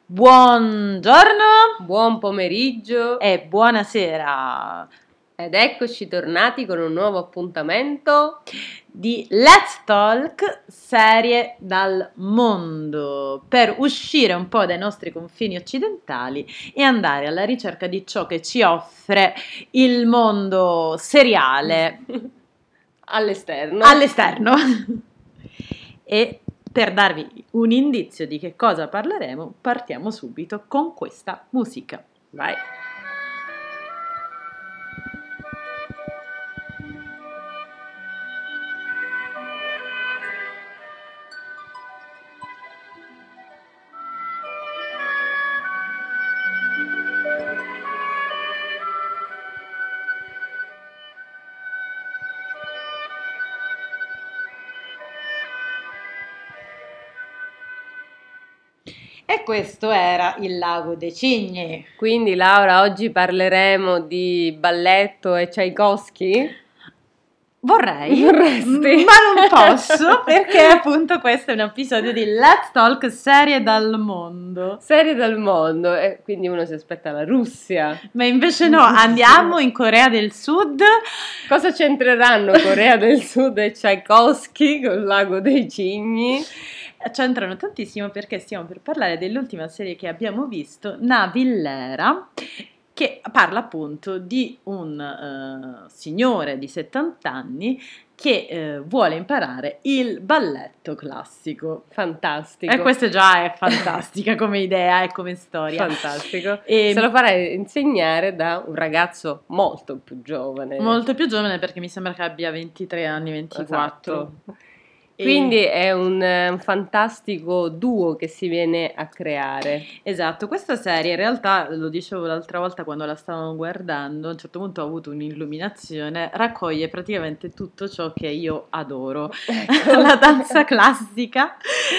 Buongiorno, Buon pomeriggio e buonasera ed eccoci tornati con un nuovo appuntamento di Let's Talk serie dal mondo, per uscire un po' dai nostri confini occidentali e andare alla ricerca di ciò che ci offre il mondo seriale all'esterno. E per darvi un indizio di che cosa parleremo, partiamo subito con questa musica. Vai. E questo era Il lago dei cigni. Quindi Laura, oggi parleremo di balletto e Tchaikovsky? Vorrei, Vorresti? ma non posso perché appunto questo è un episodio di Let's Talk serie dal mondo. Serie dal mondo, e quindi uno si aspetta la Russia. Ma invece no, andiamo in Corea del Sud. Cosa c'entreranno Corea del Sud e Tchaikovsky col lago dei cigni? C'entrano tantissimo perché stiamo per parlare dell'ultima serie che abbiamo visto, Navillera, che parla appunto di un signore di 70 anni che vuole imparare il balletto classico. Fantastico. E questa già è fantastica come idea e come storia. Fantastico. E Se lo farei insegnare da un ragazzo molto più giovane. molto più giovane perché mi sembra che abbia 23 anni, 24. Esatto. Quindi è un fantastico duo che si viene a creare. Esatto, questa serie in realtà, lo dicevo l'altra volta quando la stavamo guardando, a un certo punto ho avuto un'illuminazione, raccoglie praticamente tutto ciò che io adoro. La danza classica,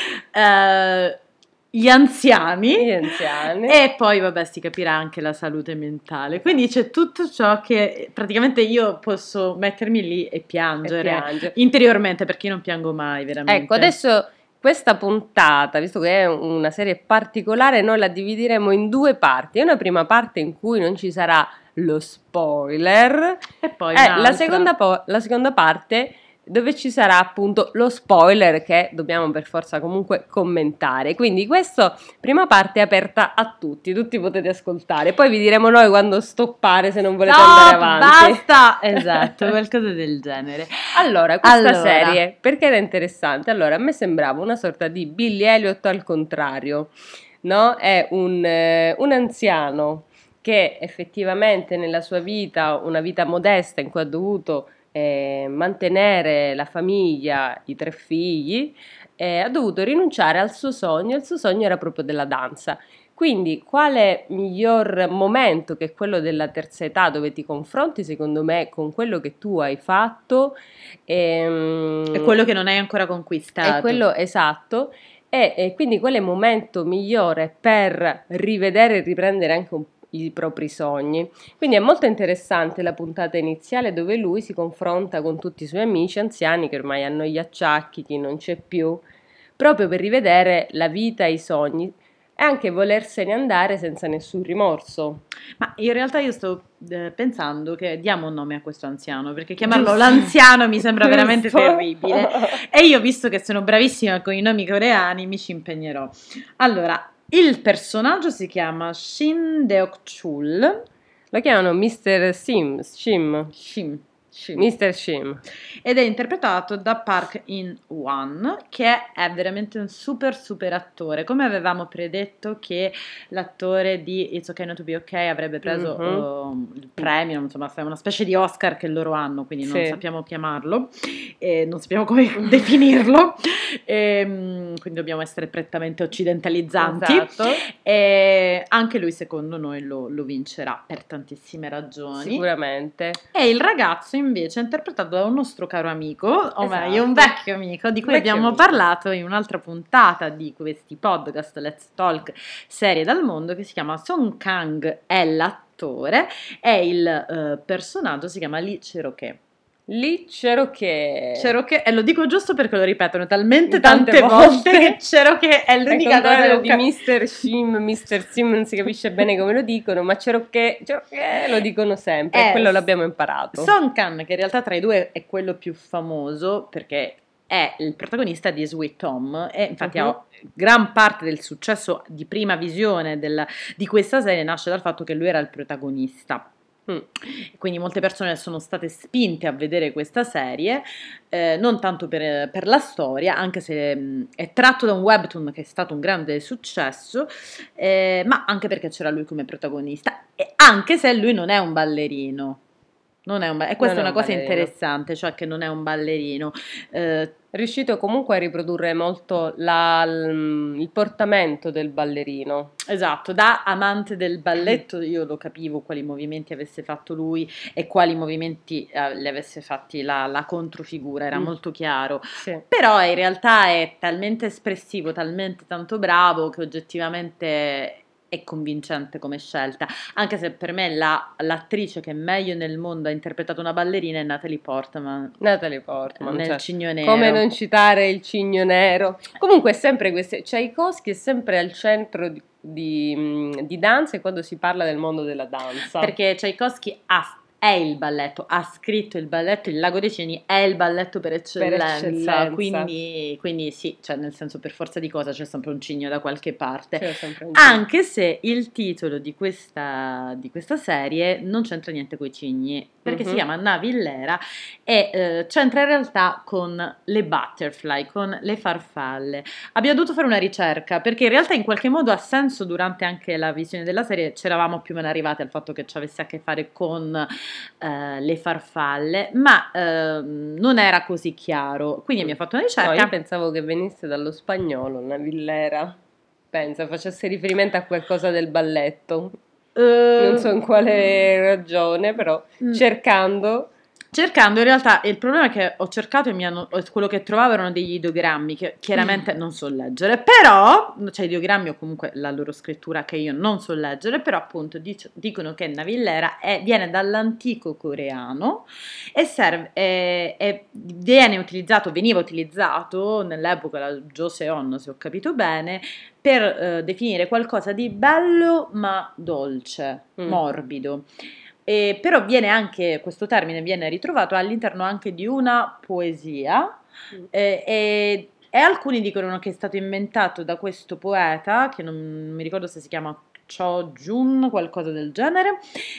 gli anziani e poi vabbè si capirà anche la salute mentale, quindi c'è tutto ciò che praticamente io posso mettermi lì e piangere interiormente, perché io non piango mai veramente. Ecco, adesso questa puntata, visto che è una serie particolare, noi la divideremo in due parti. Una prima parte in cui non ci sarà lo spoiler e poi la seconda parte dove ci sarà appunto lo spoiler che dobbiamo per forza comunque commentare. Quindi questa prima parte è aperta a tutti potete ascoltare, poi vi diremo noi quando stoppare se non volete andare avanti. Basta! Esatto, qualcosa del genere. Allora, questa serie, perché era interessante? Allora, a me sembrava una sorta di Billy Elliot al contrario, no? È un anziano che effettivamente nella sua vita, una vita modesta in cui ha dovuto mantenere la famiglia, i 3 figli, ha dovuto rinunciare al suo sogno. Il suo sogno era proprio della danza. Quindi quale miglior momento che quello della terza età, dove ti confronti secondo me con quello che tu hai fatto e quello che non hai ancora conquistato. È quello esatto. E quindi quale momento migliore per rivedere e riprendere anche i propri sogni. Quindi è molto interessante la puntata iniziale dove lui si confronta con tutti i suoi amici anziani che ormai hanno gli acciacchi, chi non c'è più, proprio per rivedere la vita e i sogni e anche volersene andare senza nessun rimorso. Ma in realtà io sto pensando che diamo un nome a questo anziano, perché chiamarlo l'anziano mi sembra veramente terribile. E io, visto che sono bravissima con i nomi coreani, mi ci impegnerò. Allora, il personaggio si chiama Shin Deok-chul. Lo chiamano Mr. Shim. Mr. Shim. Ed è interpretato da Park In-won, che è veramente un super attore. Come avevamo predetto che l'attore di It's Okay Not to Be Okay avrebbe preso il premio, insomma è una specie di Oscar che loro hanno, quindi non sappiamo chiamarlo, non sappiamo come definirlo, quindi dobbiamo essere prettamente occidentalizzanti. Esatto. E anche lui secondo noi lo vincerà per tantissime ragioni. Sicuramente. E il ragazzo invece è interpretato da un nostro caro amico, o meglio un vecchio amico di cui abbiamo parlato in un'altra puntata di questi podcast Let's Talk serie dal mondo, che si chiama Song Kang, è l'attore, e il personaggio si chiama Lee Cherokee. Lì Cherokee. E lo dico giusto perché lo ripetono talmente tante volte che Cherokee è l'unica cosa di Mr. Sim, non si capisce bene come lo dicono, ma Cherokee lo dicono sempre, quello l'abbiamo imparato. Song Kang, che in realtà tra i due è quello più famoso perché è il protagonista di Sweet Home e infatti gran parte del successo di prima visione di questa serie nasce dal fatto che lui era il protagonista. Quindi molte persone sono state spinte a vedere questa serie, non tanto per la storia, anche se è tratto da un webtoon che è stato un grande successo, ma anche perché c'era lui come protagonista, e anche se lui non è un ballerino. E questa è una cosa interessante, cioè che non è un ballerino. Riuscito comunque a riprodurre molto il portamento del ballerino. Esatto, da amante del balletto io lo capivo quali movimenti avesse fatto lui e quali movimenti le avesse fatti la controfigura, era molto chiaro. Sì. Però in realtà è talmente espressivo, talmente tanto bravo che oggettivamente è convincente come scelta, anche se per me l'attrice che meglio nel mondo ha interpretato una ballerina è Natalie Portman nel Cigno Nero. Come non citare il Cigno Nero? Comunque è sempre Tchaikovsky è sempre al centro di danza e quando si parla del mondo della danza. Perché Tchaikovsky è il balletto, ha scritto il balletto, il Lago dei Cigni è il balletto per eccellenza. Quindi sì, cioè nel senso per forza di cosa c'è sempre un cigno da qualche parte, anche se il titolo di questa serie non c'entra niente con i cigni, perché si chiama Navillera e c'entra in realtà con le butterfly, con le farfalle. Abbiamo dovuto fare una ricerca perché in realtà in qualche modo ha senso, durante anche la visione della serie c'eravamo più o meno arrivati al fatto che ci avesse a che fare con le farfalle, ma non era così chiaro, quindi mi ha fatto una ricerca. No, io pensavo che venisse dallo spagnolo, Navillera, pensa, facesse riferimento a qualcosa del balletto, non so in quale ragione, però cercando in realtà il problema è che ho cercato e quello che trovavo erano degli ideogrammi che chiaramente non so leggere, però cioè ideogrammi o comunque la loro scrittura che io non so leggere, però appunto dicono che Navillera viene dall'antico coreano e veniva utilizzato nell'epoca la Joseon, se ho capito bene, per definire qualcosa di bello ma dolce, morbido. Però questo termine viene ritrovato all'interno anche di una poesia e alcuni dicono che è stato inventato da questo poeta che non mi ricordo se si chiama Cho Jun, qualcosa del genere,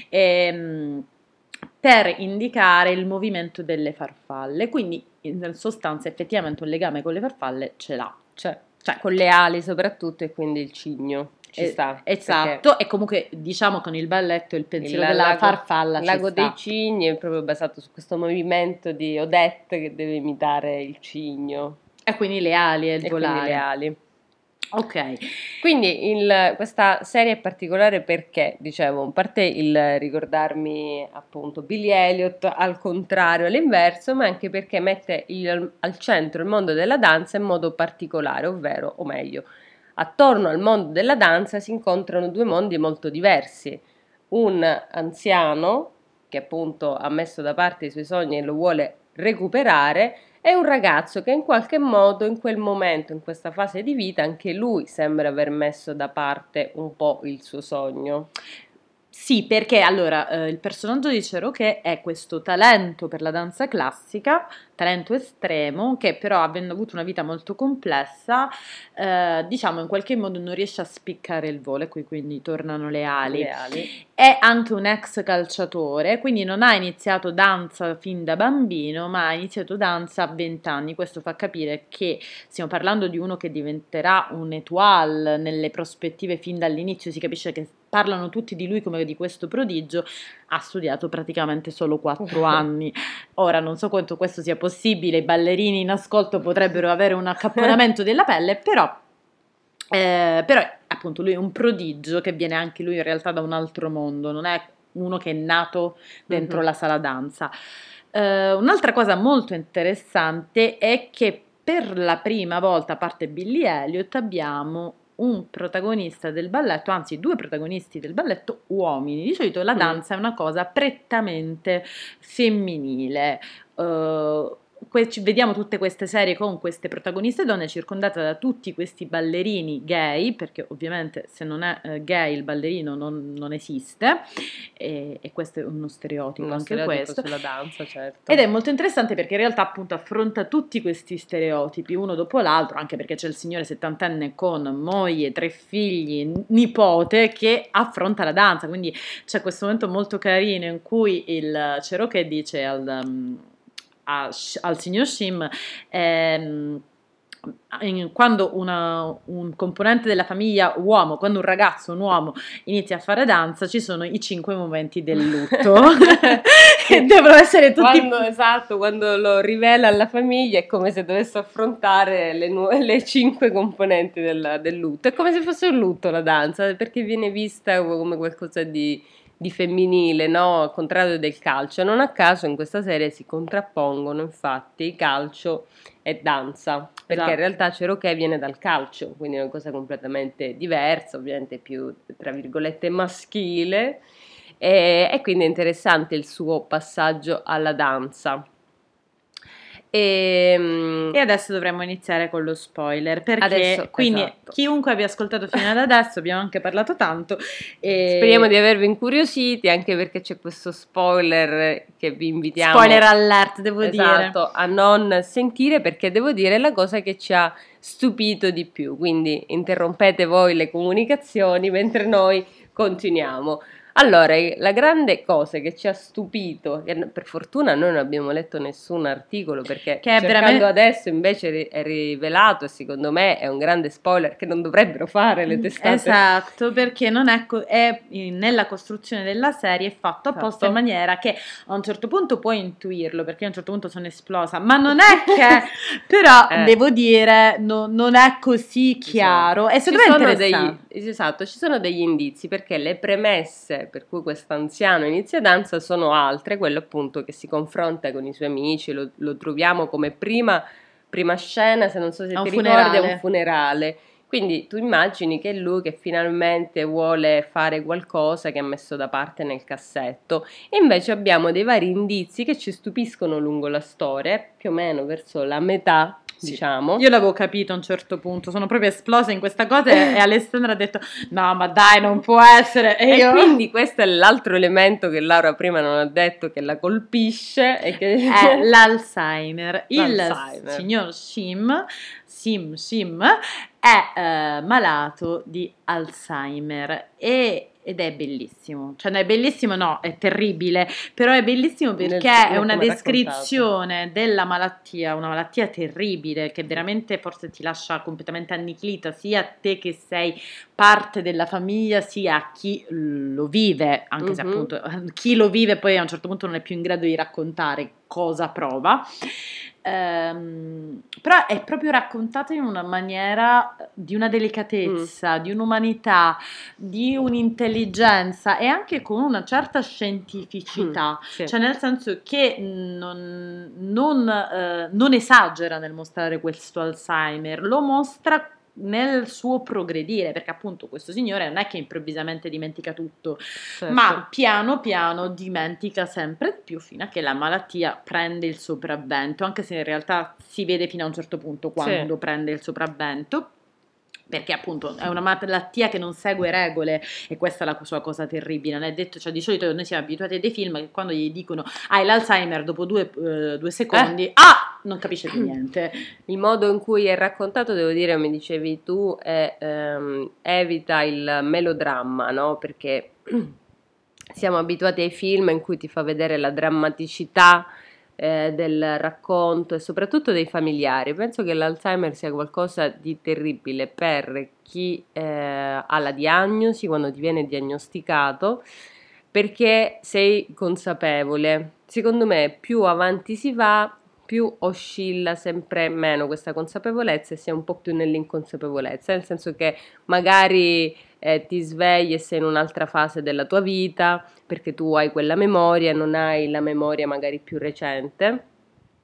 per indicare il movimento delle farfalle, quindi in sostanza effettivamente un legame con le farfalle ce l'ha, cioè con le ali soprattutto e quindi il cigno. Ci sta, esatto, e comunque diciamo con il balletto il pensiero della farfalla il Lago dei Cigni è proprio basato su questo movimento di Odette che deve imitare il cigno e quindi le ali e il volare. Quindi le ali. Ok, quindi questa serie è particolare perché, dicevo, a parte il ricordarmi appunto Billy Elliot al contrario, all'inverso, ma anche perché mette al centro il mondo della danza in modo particolare, ovvero, o meglio, attorno al mondo della danza si incontrano due mondi molto diversi. Un anziano che appunto ha messo da parte i suoi sogni e lo vuole recuperare e un ragazzo che in qualche modo in quel momento, in questa fase di vita, anche lui sembra aver messo da parte un po' il suo sogno. Sì, perché allora il personaggio di Cherokee è questo talento per la danza classica, talento estremo, che però avendo avuto una vita molto complessa, diciamo in qualche modo non riesce a spiccare il volo, e qui quindi tornano le ali. È anche un ex calciatore, quindi non ha iniziato danza fin da bambino, ma ha iniziato danza a 20 anni. Questo fa capire che stiamo parlando di uno che diventerà un étoile nelle prospettive fin dall'inizio, si capisce che parlano tutti di lui come di questo prodigio. Ha studiato praticamente solo 4 anni. Ora non so quanto questo sia possibile, i ballerini in ascolto potrebbero avere un accapponamento della pelle, però appunto lui è un prodigio che viene anche lui in realtà da un altro mondo, non è uno che è nato dentro la sala danza. Un'altra cosa molto interessante è che per la prima volta, a parte Billy Elliot, abbiamo un protagonista del balletto, anzi 2 protagonisti del balletto uomini. Di solito la danza è una cosa prettamente femminile. Vediamo tutte queste serie con queste protagoniste donne circondate da tutti questi ballerini gay, perché ovviamente se non è gay il ballerino non esiste, e questo è uno stereotipo, anche questo sulla danza, certo. Ed è molto interessante perché in realtà appunto affronta tutti questi stereotipi uno dopo l'altro, anche perché c'è il signore settantenne con moglie, 3 figli, nipote, che affronta la danza, quindi c'è questo momento molto carino in cui il Cherokee dice al signor Shim, quando un componente della famiglia uomo, quando un ragazzo, un uomo inizia a fare danza, ci sono i 5 momenti del lutto e devono essere tutti quando lo rivela alla famiglia è come se dovesse affrontare le 5 componenti del lutto. È come se fosse un lutto la danza, perché viene vista come qualcosa di femminile, no? Al contrario del calcio. Non a caso in questa serie si contrappongono infatti calcio e danza, perché in realtà Cherokee viene dal calcio, quindi è una cosa completamente diversa, ovviamente più tra virgolette maschile, e quindi è interessante il suo passaggio alla danza. E adesso dovremmo iniziare con lo spoiler, perché quindi chiunque abbia ascoltato fino ad adesso, abbiamo anche parlato tanto, speriamo di avervi incuriositi, anche perché c'è questo spoiler che vi invitiamo, spoiler alert, devo dire, a non sentire, perché devo dire è la cosa che ci ha stupito di più, quindi interrompete voi le comunicazioni mentre noi continuiamo. Allora, la grande cosa che ci ha stupito, che per fortuna noi non abbiamo letto nessun articolo, perché che cercando adesso invece è rivelato, e secondo me è un grande spoiler che non dovrebbero fare le testate. Esatto, perché non è nella costruzione della serie è fatto apposta in maniera che a un certo punto puoi intuirlo, perché a un certo punto sono esplosa, ma non è che però devo dire non è così chiaro, e secondo me è interessante. Ci sono degli indizi, perché le premesse per cui quest'anziano inizia danza sono altre, quello appunto che si confronta con i suoi amici, lo troviamo come prima scena, se non so se ti ricordi, è un funerale. Quindi tu immagini che è lui che finalmente vuole fare qualcosa che ha messo da parte nel cassetto, e invece abbiamo dei vari indizi che ci stupiscono lungo la storia, più o meno verso la metà. Diciamo. Io l'avevo capito a un certo punto, sono proprio esplosa in questa cosa e Alessandra ha detto no ma dai non può essere, e quindi questo è l'altro elemento che Laura prima non ha detto, che la colpisce, e che è l'Alzheimer. Il signor Shim è malato di Alzheimer ed è bellissimo, cioè è bellissimo, no, è terribile, però è bellissimo perché è una descrizione della malattia, una malattia terribile che veramente forse ti lascia completamente annichilita, sia a te che sei parte della famiglia, sia a chi lo vive, anche se appunto chi lo vive poi a un certo punto non è più in grado di raccontare cosa prova. Però è proprio raccontato in una maniera di una delicatezza, di un'umanità, di un'intelligenza e anche con una certa scientificità, cioè nel senso che non esagera nel mostrare questo Alzheimer, lo mostra nel suo progredire, perché appunto questo signore non è che improvvisamente dimentica tutto, ma piano piano dimentica sempre di più fino a che la malattia prende il sopravvento, anche se in realtà si vede fino a un certo punto quando prende il sopravvento, perché appunto è una malattia che non segue regole, e questa è la sua cosa terribile. Non è detto, cioè di solito noi siamo abituati a dei film che quando gli dicono hai l'Alzheimer, dopo due secondi non capisce più niente. Il modo in cui è raccontato, devo dire, come dicevi tu, evita il melodramma, no? Perché siamo abituati ai film in cui ti fa vedere la drammaticità del racconto e soprattutto dei familiari. Penso che l'Alzheimer sia qualcosa di terribile per chi ha la diagnosi, quando ti viene diagnosticato, perché sei consapevole. Secondo me più avanti si va, più oscilla sempre meno questa consapevolezza e si è un po' più nell'inconsapevolezza, nel senso che magari ti svegli e sei in un'altra fase della tua vita, perché tu hai quella memoria, non hai la memoria magari più recente,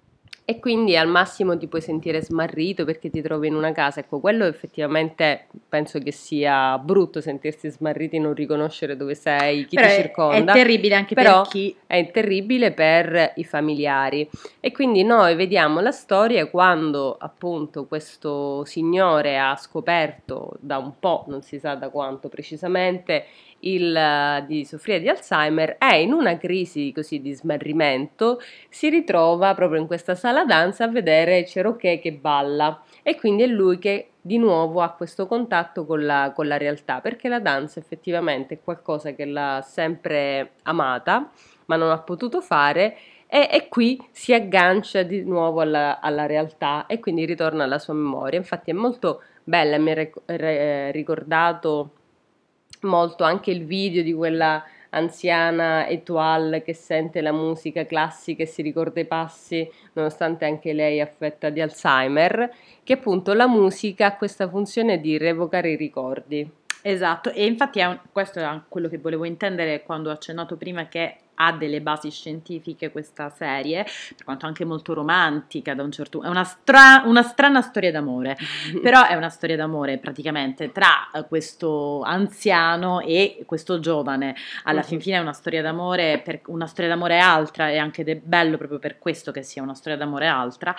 E quindi al massimo ti puoi sentire smarrito perché ti trovi in una casa. Ecco, quello effettivamente penso che sia brutto, sentirsi smarriti, non riconoscere dove sei, chi Però ti è circonda. terribile anche Però per chi... è terribile per i familiari. E quindi noi vediamo la storia quando appunto questo signore ha scoperto da un po', non si sa da quanto precisamente, di soffrire di Alzheimer, è in una crisi così di smarrimento, si ritrova proprio in questa sala danza a vedere Cherokee che balla e quindi è lui che di nuovo ha questo contatto con la realtà, perché la danza effettivamente è qualcosa che l'ha sempre amata ma non ha potuto fare e qui si aggancia di nuovo alla realtà e quindi ritorna alla sua memoria. Infatti è molto bella, mi ha ricordato molto anche il video di quella anziana Etoile che sente la musica classica e si ricorda i passi, nonostante anche lei è affetta di Alzheimer, che appunto la musica ha questa funzione di revocare i ricordi. Esatto, e infatti questo è quello che volevo intendere quando ho accennato prima che ha delle basi scientifiche questa serie, per quanto anche molto romantica da un certo... È una strana storia d'amore, però è una storia d'amore praticamente tra questo anziano e questo giovane. Alla fin fine è una storia d'amore, una storia d'amore altra, è anche bello proprio per questo che sia una storia d'amore altra.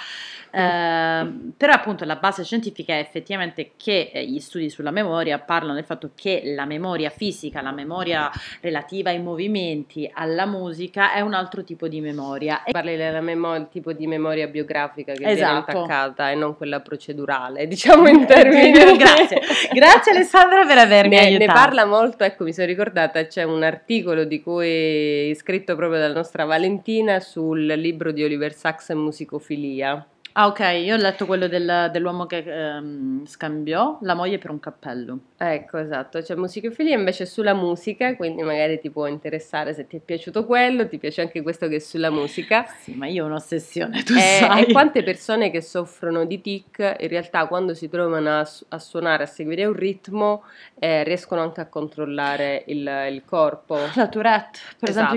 Però appunto la base scientifica è effettivamente che gli studi sulla memoria parlano del fatto che la memoria fisica, la memoria relativa ai movimenti, alla musica è un altro tipo di memoria. Parli della tipo di memoria biografica che Esatto. viene intaccata e non quella procedurale, diciamo in termini. Grazie Alessandra per avermi aiutato. Ne parla molto, ecco, mi sono ricordata, c'è un articolo scritto proprio dalla nostra Valentina sul libro di Oliver Sacks Musicofilia. Ah, ok, io ho letto quello dell'uomo che scambiò la moglie per un cappello. Ecco, esatto, c'è musicofilia invece sulla musica, quindi magari ti può interessare se ti è piaciuto quello, ti piace anche questo che è sulla musica. Sì, ma io ho un'ossessione, tu sai. E quante persone che soffrono di tic, in realtà quando si trovano a suonare, a seguire un ritmo, riescono anche a controllare il corpo. La Tourette, per esempio,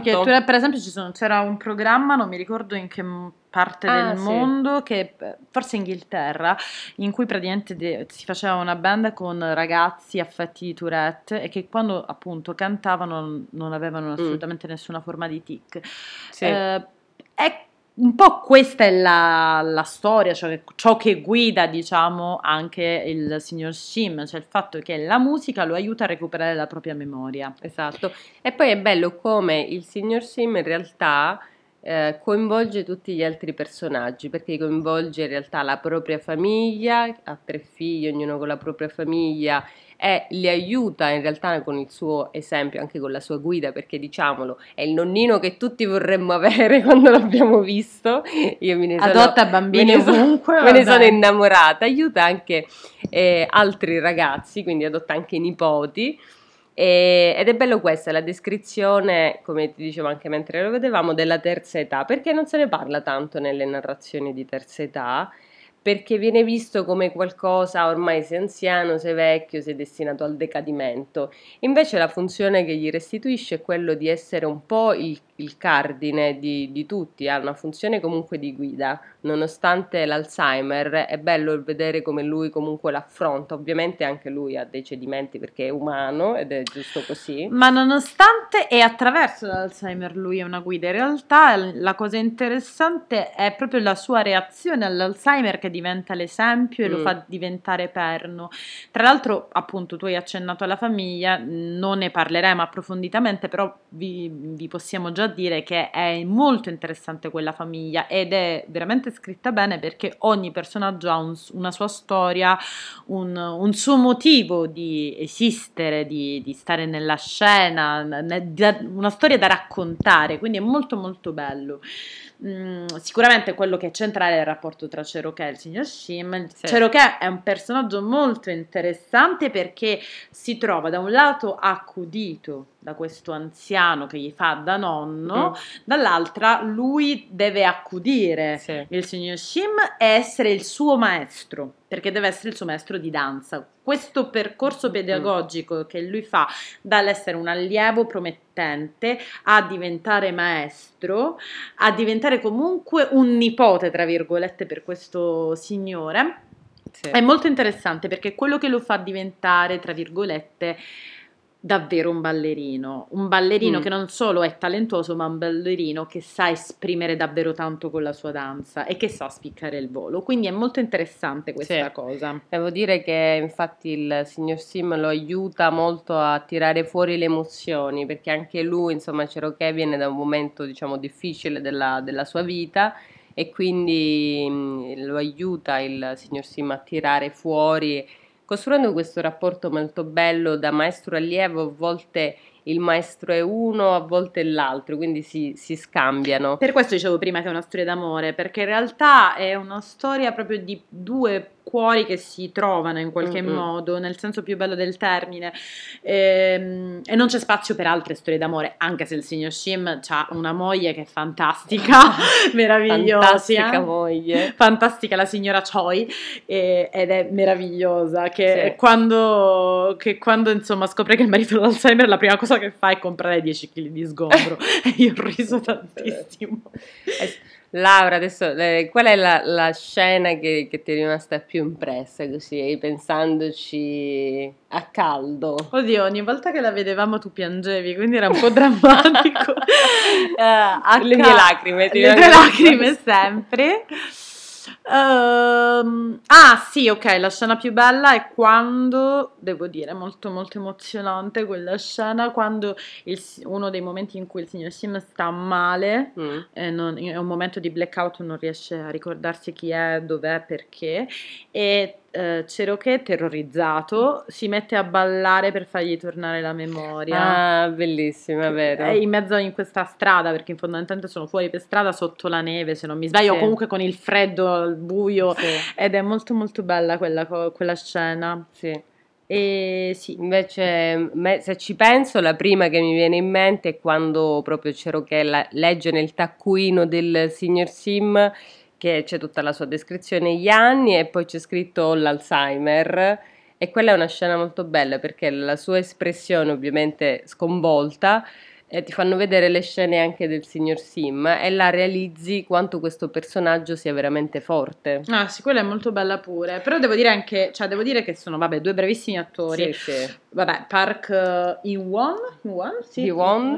c'era un programma, non mi ricordo in che parte del mondo, che forse Inghilterra, in cui praticamente si faceva una band con ragazzi affetti di Tourette e che quando appunto cantavano non avevano assolutamente nessuna forma di tic. Sì. È un po' questa è la storia, cioè ciò che guida, diciamo, anche il signor Shim, cioè il fatto che la musica lo aiuta a recuperare la propria memoria. Esatto. E poi è bello come il signor Shim in realtà coinvolge tutti gli altri personaggi, perché coinvolge in realtà la propria famiglia, ha 3 figli, ognuno con la propria famiglia, e li aiuta in realtà con il suo esempio, anche con la sua guida, perché diciamolo, è il nonnino che tutti vorremmo avere quando l'abbiamo visto. Io adotta bambini ovunque, me ne sono innamorata, aiuta anche altri ragazzi, quindi adotta anche i nipoti. Ed è bello questa, la descrizione, come ti dicevo anche mentre lo vedevamo, della terza età, perché non se ne parla tanto nelle narrazioni di terza età, perché viene visto come qualcosa, ormai sei anziano, sei vecchio, sei destinato al decadimento. Invece la funzione che gli restituisce è quello di essere un po' il cardine di tutti, ha una funzione comunque di guida, nonostante l'Alzheimer, è bello vedere come lui comunque l'affronta, ovviamente anche lui ha dei cedimenti perché è umano ed è giusto così. Ma nonostante e attraverso l'Alzheimer lui è una guida, in realtà la cosa interessante è proprio la sua reazione all'Alzheimer che diventa l'esempio e lo fa diventare perno. Tra l'altro, appunto, tu hai accennato alla famiglia, non ne parleremo approfonditamente, però vi possiamo già dire che è molto interessante quella famiglia ed è veramente scritta bene perché ogni personaggio ha una sua storia, un suo motivo di esistere, di stare nella scena, una storia da raccontare, quindi è molto molto bello. Sicuramente quello che è centrale è il rapporto tra Cherokee e il signor Shim. Sì. Cherokee è un personaggio molto interessante perché si trova da un lato accudito da questo anziano che gli fa da nonno, dall'altra lui deve accudire il signor Shim e essere il suo maestro, perché deve essere il suo maestro di danza. Questo percorso pedagogico che lui fa dall'essere un allievo promettente a diventare maestro, a diventare comunque un nipote, tra virgolette, per questo signore, è molto interessante perché quello che lo fa diventare, tra virgolette, davvero un ballerino che non solo è talentuoso, ma un ballerino che sa esprimere davvero tanto con la sua danza e che sa spiccare il volo. Quindi è molto interessante questa cosa. Devo dire che infatti il signor Sim lo aiuta molto a tirare fuori le emozioni, perché anche lui, insomma, Cherokee viene da un momento, diciamo, difficile della sua vita e quindi lo aiuta il signor Sim a tirare fuori, costruendo questo rapporto molto bello da maestro allievo. A volte il maestro è uno, a volte è l'altro, quindi si scambiano. Per questo dicevo prima che è una storia d'amore, perché in realtà è una storia proprio di due cuori che si trovano in qualche modo, nel senso più bello del termine, e non c'è spazio per altre storie d'amore, anche se il signor Shim ha una moglie che è fantastica, meravigliosa, fantastica moglie, fantastica la signora Choi, ed è meravigliosa, che quando insomma scopre che il marito ha l'Alzheimer, la prima cosa che fa è comprare 10 kg di sgombro e io ho riso tantissimo. Laura, adesso qual è la scena che ti è rimasta più impressa, così pensandoci a caldo? Oddio, ogni volta che la vedevamo tu piangevi, quindi era un po' drammatico. Le mie lacrime, le tue lacrime sempre. Sì, ok, la scena più bella è quando, devo dire, molto molto emozionante quella scena, quando uno dei momenti in cui il signor Sim sta male, è un momento di blackout, non riesce a ricordarsi chi è, dov'è, perché, e Cherokee, terrorizzato, si mette a ballare per fargli tornare la memoria. Ah, bellissima, vero? È in mezzo in questa strada, perché fondamentalmente sono fuori per strada sotto la neve, se non mi sbaglio, o comunque con il freddo, il buio, ed è molto molto bella quella scena. E sì. Invece, se ci penso, la prima che mi viene in mente è quando proprio Cherokee legge nel taccuino del signor Sim che c'è tutta la sua descrizione, gli anni, e poi c'è scritto l'Alzheimer, e quella è una scena molto bella perché la sua espressione, ovviamente sconvolta, ti fanno vedere le scene anche del signor Sim e la realizzi quanto questo personaggio sia veramente forte. Ah, sì, quella è molto bella pure. Però devo dire anche, cioè devo dire che sono, vabbè, due bravissimi attori. Sì. Vabbè, Park In-won, sì, In-won?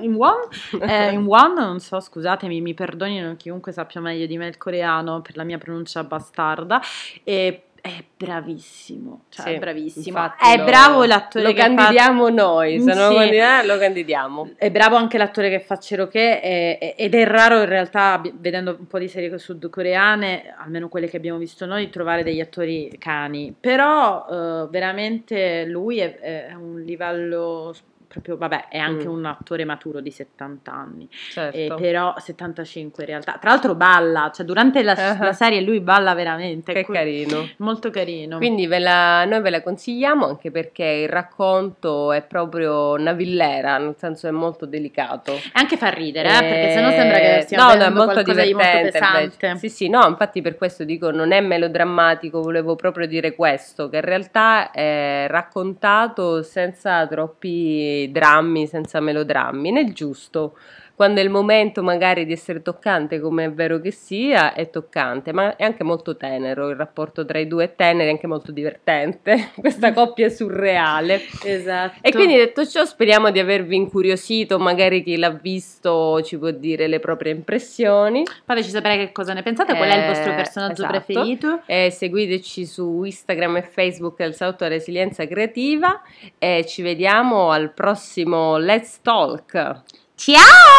In-won, non so, scusatemi, mi perdonino chiunque sappia meglio di me il coreano per la mia pronuncia bastarda. E è bravissimo, cioè è bravissimo. È bravo l'attore che candidiamo noi, se non lo candidiamo, lo candidiamo. È bravo anche l'attore che fa Cherokee, ed è raro in realtà, vedendo un po' di serie sudcoreane, almeno quelle che abbiamo visto noi, trovare degli attori cani. Però veramente lui è un livello proprio, vabbè, è anche un attore maturo di 70 anni, però 75 in realtà. Tra l'altro balla, cioè durante la serie lui balla veramente. Che carino. Molto carino. Quindi noi ve la consigliamo anche perché il racconto è proprio navillera, nel senso è molto delicato. E anche fa ridere, perché sennò sembra che stiamo vedendo molto qualcosa divertente, di molto pesante. Sì, no, infatti per questo dico non è melodrammatico, volevo proprio dire questo, che in realtà è raccontato senza troppi drammi, senza melodrammi, nel giusto. Quando è il momento magari di essere toccante, come è vero che sia, è toccante, ma è anche molto tenero, il rapporto tra i due è tenero e anche molto divertente, questa coppia è surreale. Esatto. E quindi detto ciò speriamo di avervi incuriosito, magari chi l'ha visto ci può dire le proprie impressioni. Fateci sapere che cosa ne pensate, qual è il vostro personaggio preferito. Seguiteci su Instagram e Facebook al Salto Resilienza Creativa e ci vediamo al prossimo Let's Talk. Ciao!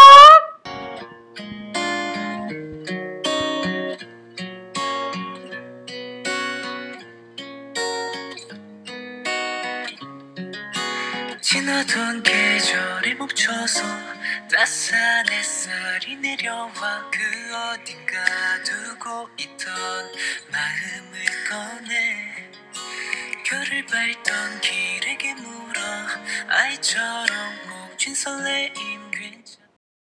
지나던 계절에 멈춰서 따스한 햇살이 내려와 그 어딘가 두고 있던 마음을 꺼내 별을 밟던 길에게 물어 아이처럼 꼭 쥔 설레임 괜찮아